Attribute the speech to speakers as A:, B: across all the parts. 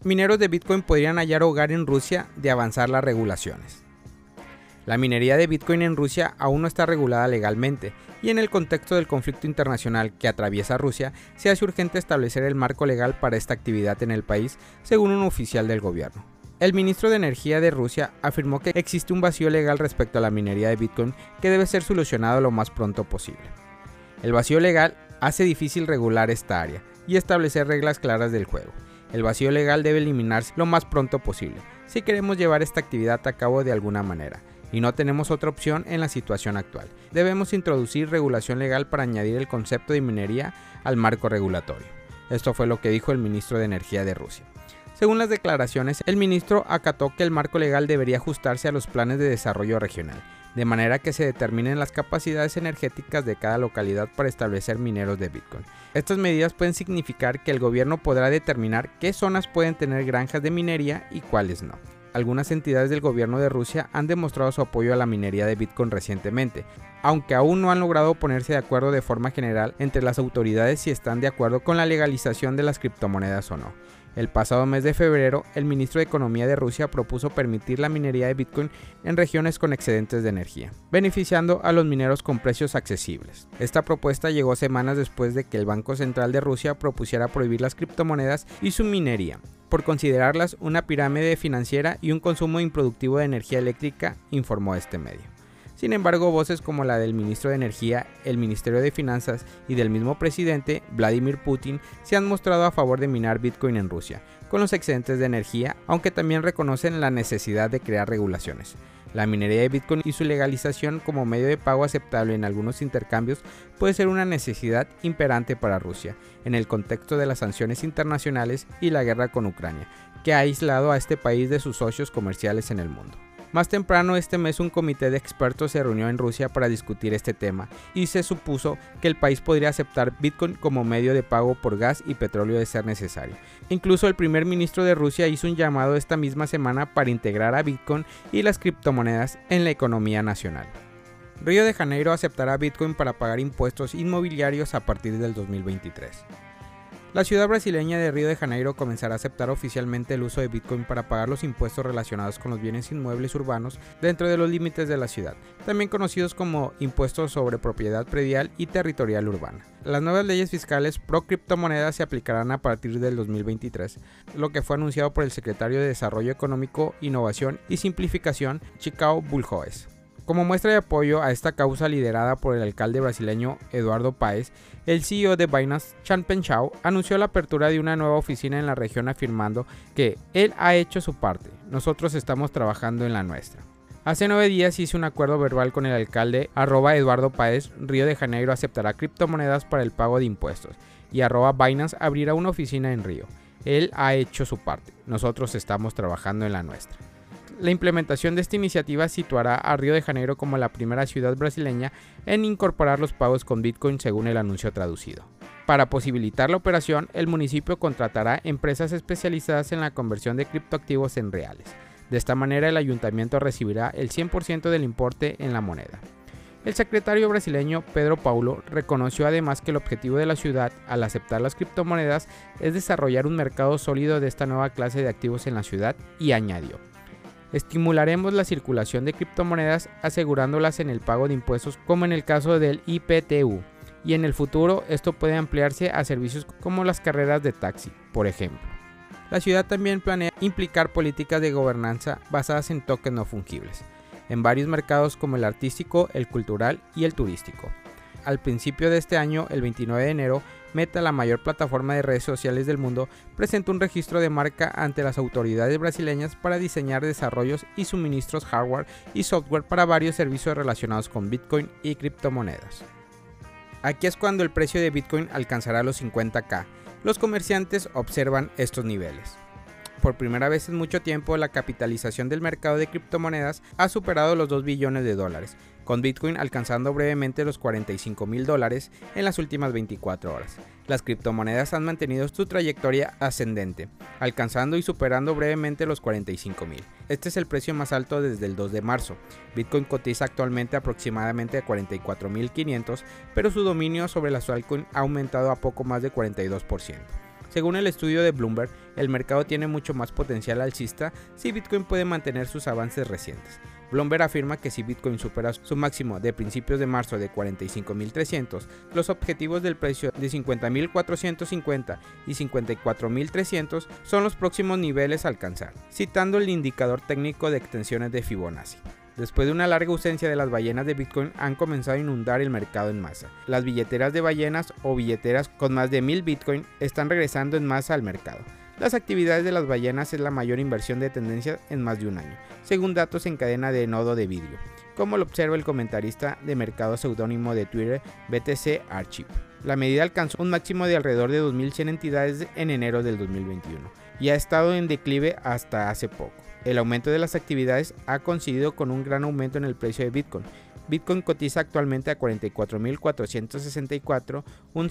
A: mineros de Bitcoin podrían hallar hogar en Rusia de avanzar las regulaciones. La minería de Bitcoin en Rusia aún no está regulada legalmente, y en el contexto del conflicto internacional que atraviesa Rusia, se hace urgente establecer el marco legal para esta actividad en el país, según un oficial del gobierno. El ministro de Energía de Rusia afirmó que existe un vacío legal respecto a la minería de Bitcoin que debe ser solucionado lo más pronto posible. El vacío legal hace difícil regular esta área y establecer reglas claras del juego. El vacío legal debe eliminarse lo más pronto posible, si queremos llevar esta actividad a cabo de alguna manera. Y no tenemos otra opción en la situación actual. Debemos introducir regulación legal para añadir el concepto de minería al marco regulatorio. Esto fue lo que dijo el ministro de Energía de Rusia. Según las declaraciones, el ministro acató que el marco legal debería ajustarse a los planes de desarrollo regional, de manera que se determinen las capacidades energéticas de cada localidad para establecer mineros de Bitcoin. Estas medidas pueden significar que el gobierno podrá determinar qué zonas pueden tener granjas de minería y cuáles no. Algunas entidades del gobierno de Rusia han demostrado su apoyo a la minería de Bitcoin recientemente, aunque aún no han logrado ponerse de acuerdo de forma general entre las autoridades si están de acuerdo con la legalización de las criptomonedas o no. El pasado mes de febrero, el ministro de Economía de Rusia propuso permitir la minería de Bitcoin en regiones con excedentes de energía, beneficiando a los mineros con precios accesibles. Esta propuesta llegó semanas después de que el Banco Central de Rusia propusiera prohibir las criptomonedas y su minería, por considerarlas una pirámide financiera y un consumo improductivo de energía eléctrica, informó este medio. Sin embargo, voces como la del ministro de Energía, el Ministerio de Finanzas y del mismo presidente, Vladimir Putin, se han mostrado a favor de minar Bitcoin en Rusia, con los excedentes de energía, aunque también reconocen la necesidad de crear regulaciones. La minería de Bitcoin y su legalización como medio de pago aceptable en algunos intercambios puede ser una necesidad imperante para Rusia, en el contexto de las sanciones internacionales y la guerra con Ucrania, que ha aislado a este país de sus socios comerciales en el mundo. Más temprano este mes un comité de expertos se reunió en Rusia para discutir este tema y se supuso que el país podría aceptar Bitcoin como medio de pago por gas y petróleo de ser necesario. Incluso el primer ministro de Rusia hizo un llamado esta misma semana para integrar a Bitcoin y las criptomonedas en la economía nacional. Río de Janeiro aceptará Bitcoin para pagar impuestos inmobiliarios a partir del 2023. La ciudad brasileña de Río de Janeiro comenzará a aceptar oficialmente el uso de Bitcoin para pagar los impuestos relacionados con los bienes inmuebles urbanos dentro de los límites de la ciudad, también conocidos como impuestos sobre propiedad predial y territorial urbana. Las nuevas leyes fiscales pro criptomonedas se aplicarán a partir del 2023, lo que fue anunciado por el secretario de Desarrollo Económico, Innovación y Simplificación, Chicao Bulhoes. Como muestra de apoyo a esta causa liderada por el alcalde brasileño Eduardo Paes, el CEO de Binance, Changpeng Zhao, anunció la apertura de una nueva oficina en la región afirmando que él ha hecho su parte, nosotros estamos trabajando en la nuestra. Hace 9 días hice un acuerdo verbal con el alcalde @Eduardo Paes, Río de Janeiro aceptará criptomonedas para el pago de impuestos y @Binance abrirá una oficina en Río. Él ha hecho su parte, nosotros estamos trabajando en la nuestra. La implementación de esta iniciativa situará a Río de Janeiro como la primera ciudad brasileña en incorporar los pagos con Bitcoin según el anuncio traducido. Para posibilitar la operación, el municipio contratará empresas especializadas en la conversión de criptoactivos en reales. De esta manera, el ayuntamiento recibirá el 100% del importe en la moneda. El secretario brasileño Pedro Paulo reconoció además que el objetivo de la ciudad al aceptar las criptomonedas es desarrollar un mercado sólido de esta nueva clase de activos en la ciudad y añadió: estimularemos la circulación de criptomonedas asegurándolas en el pago de impuestos como en el caso del IPTU, y en el futuro esto puede ampliarse a servicios como las carreras de taxi, por ejemplo. La ciudad también planea implicar políticas de gobernanza basadas en tokens no fungibles, en varios mercados como el artístico, el cultural y el turístico. Al principio de este año, el 29 de enero, Meta, la mayor plataforma de redes sociales del mundo, presentó un registro de marca ante las autoridades brasileñas para diseñar desarrollos y suministros hardware y software para varios servicios relacionados con Bitcoin y criptomonedas. Aquí es cuando el precio de Bitcoin alcanzará los 50.000. Los comerciantes observan estos niveles. Por primera vez en mucho tiempo, la capitalización del mercado de criptomonedas ha superado los $2 billones, con Bitcoin alcanzando brevemente los $45.000 en las últimas 24 horas. Las criptomonedas han mantenido su trayectoria ascendente, alcanzando y superando brevemente los 45.000. Este es el precio más alto desde el 2 de marzo. Bitcoin cotiza actualmente aproximadamente a 44.500, pero su dominio sobre las altcoins ha aumentado a poco más de 42%. Según el estudio de Bloomberg, el mercado tiene mucho más potencial alcista si Bitcoin puede mantener sus avances recientes. Bloomberg afirma que si Bitcoin supera su máximo de principios de marzo de 45.300, los objetivos del precio de 50.450 y 54.300 son los próximos niveles a alcanzar, citando el indicador técnico de extensiones de Fibonacci. Después de una larga ausencia de las ballenas de Bitcoin, han comenzado a inundar el mercado en masa. Las billeteras de ballenas o billeteras con más de 1000 Bitcoin están regresando en masa al mercado. Las actividades de las ballenas es la mayor inversión de tendencia en más de un año, según datos en cadena de nodo de vidrio, como lo observa el comentarista de mercado seudónimo de Twitter BTC Archive. La medida alcanzó un máximo de alrededor de 2100 entidades en enero del 2021 y ha estado en declive hasta hace poco. El aumento de las actividades ha coincidido con un gran aumento en el precio de Bitcoin. Bitcoin cotiza actualmente a 44.464, un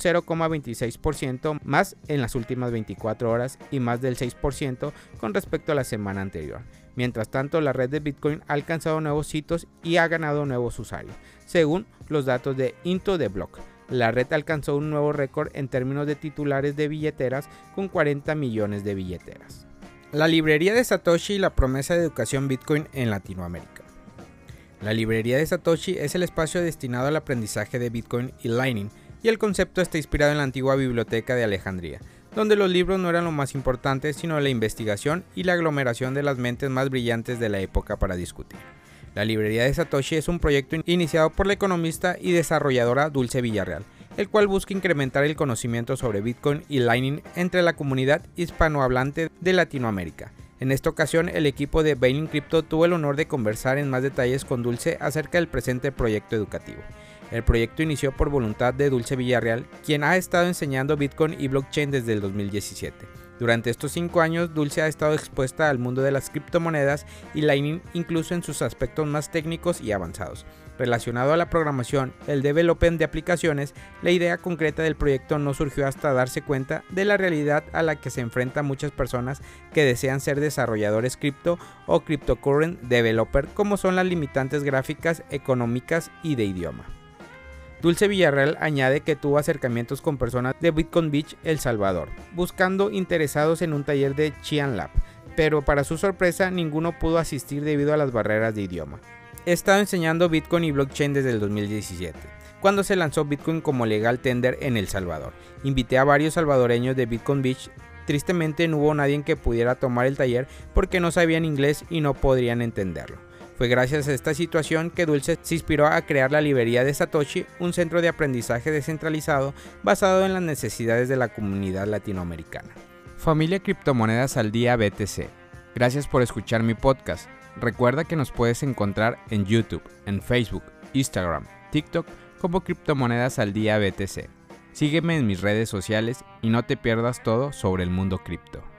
A: 0,26% más en las últimas 24 horas y más del 6% con respecto a la semana anterior. Mientras tanto, la red de Bitcoin ha alcanzado nuevos hitos y ha ganado nuevos usuarios, según los datos de Into the Block. La red alcanzó un nuevo récord en términos de titulares de billeteras con 40 millones de billeteras. La librería de Satoshi y la promesa de educación Bitcoin en Latinoamérica. La librería de Satoshi es el espacio destinado al aprendizaje de Bitcoin y Lightning, y el concepto está inspirado en la antigua biblioteca de Alejandría, donde los libros no eran lo más importante, sino la investigación y la aglomeración de las mentes más brillantes de la época para discutir. La librería de Satoshi es un proyecto iniciado por la economista y desarrolladora Dulce Villarreal, el cual busca incrementar el conocimiento sobre Bitcoin y Lightning entre la comunidad hispanohablante de Latinoamérica. En esta ocasión, el equipo de Bain Crypto tuvo el honor de conversar en más detalles con Dulce acerca del presente proyecto educativo. El proyecto inició por voluntad de Dulce Villarreal, quien ha estado enseñando Bitcoin y blockchain desde el 2017. Durante estos 5 años, Dulce ha estado expuesta al mundo de las criptomonedas y Lightning, incluso en sus aspectos más técnicos y avanzados. Relacionado a la programación, el development de aplicaciones, la idea concreta del proyecto no surgió hasta darse cuenta de la realidad a la que se enfrentan muchas personas que desean ser desarrolladores cripto o cryptocurrency developer, como son las limitantes gráficas, económicas y de idioma. Dulce Villarreal añade que tuvo acercamientos con personas de Bitcoin Beach, El Salvador, buscando interesados en un taller de Qian Lab, pero para su sorpresa ninguno pudo asistir debido a las barreras de idioma. He estado enseñando Bitcoin y blockchain desde el 2017, cuando se lanzó Bitcoin como legal tender en El Salvador. Invité a varios salvadoreños de Bitcoin Beach. Tristemente no hubo nadie que pudiera tomar el taller porque no sabían inglés y no podrían entenderlo. Fue gracias a esta situación que Dulce se inspiró a crear la librería de Satoshi, un centro de aprendizaje descentralizado basado en las necesidades de la comunidad latinoamericana. Familia Criptomonedas al Día BTC. Gracias por escuchar mi podcast. Recuerda que nos puedes encontrar en YouTube, en Facebook, Instagram, TikTok como Criptomonedas al Día BTC. Sígueme en mis redes sociales y no te pierdas todo sobre el mundo cripto.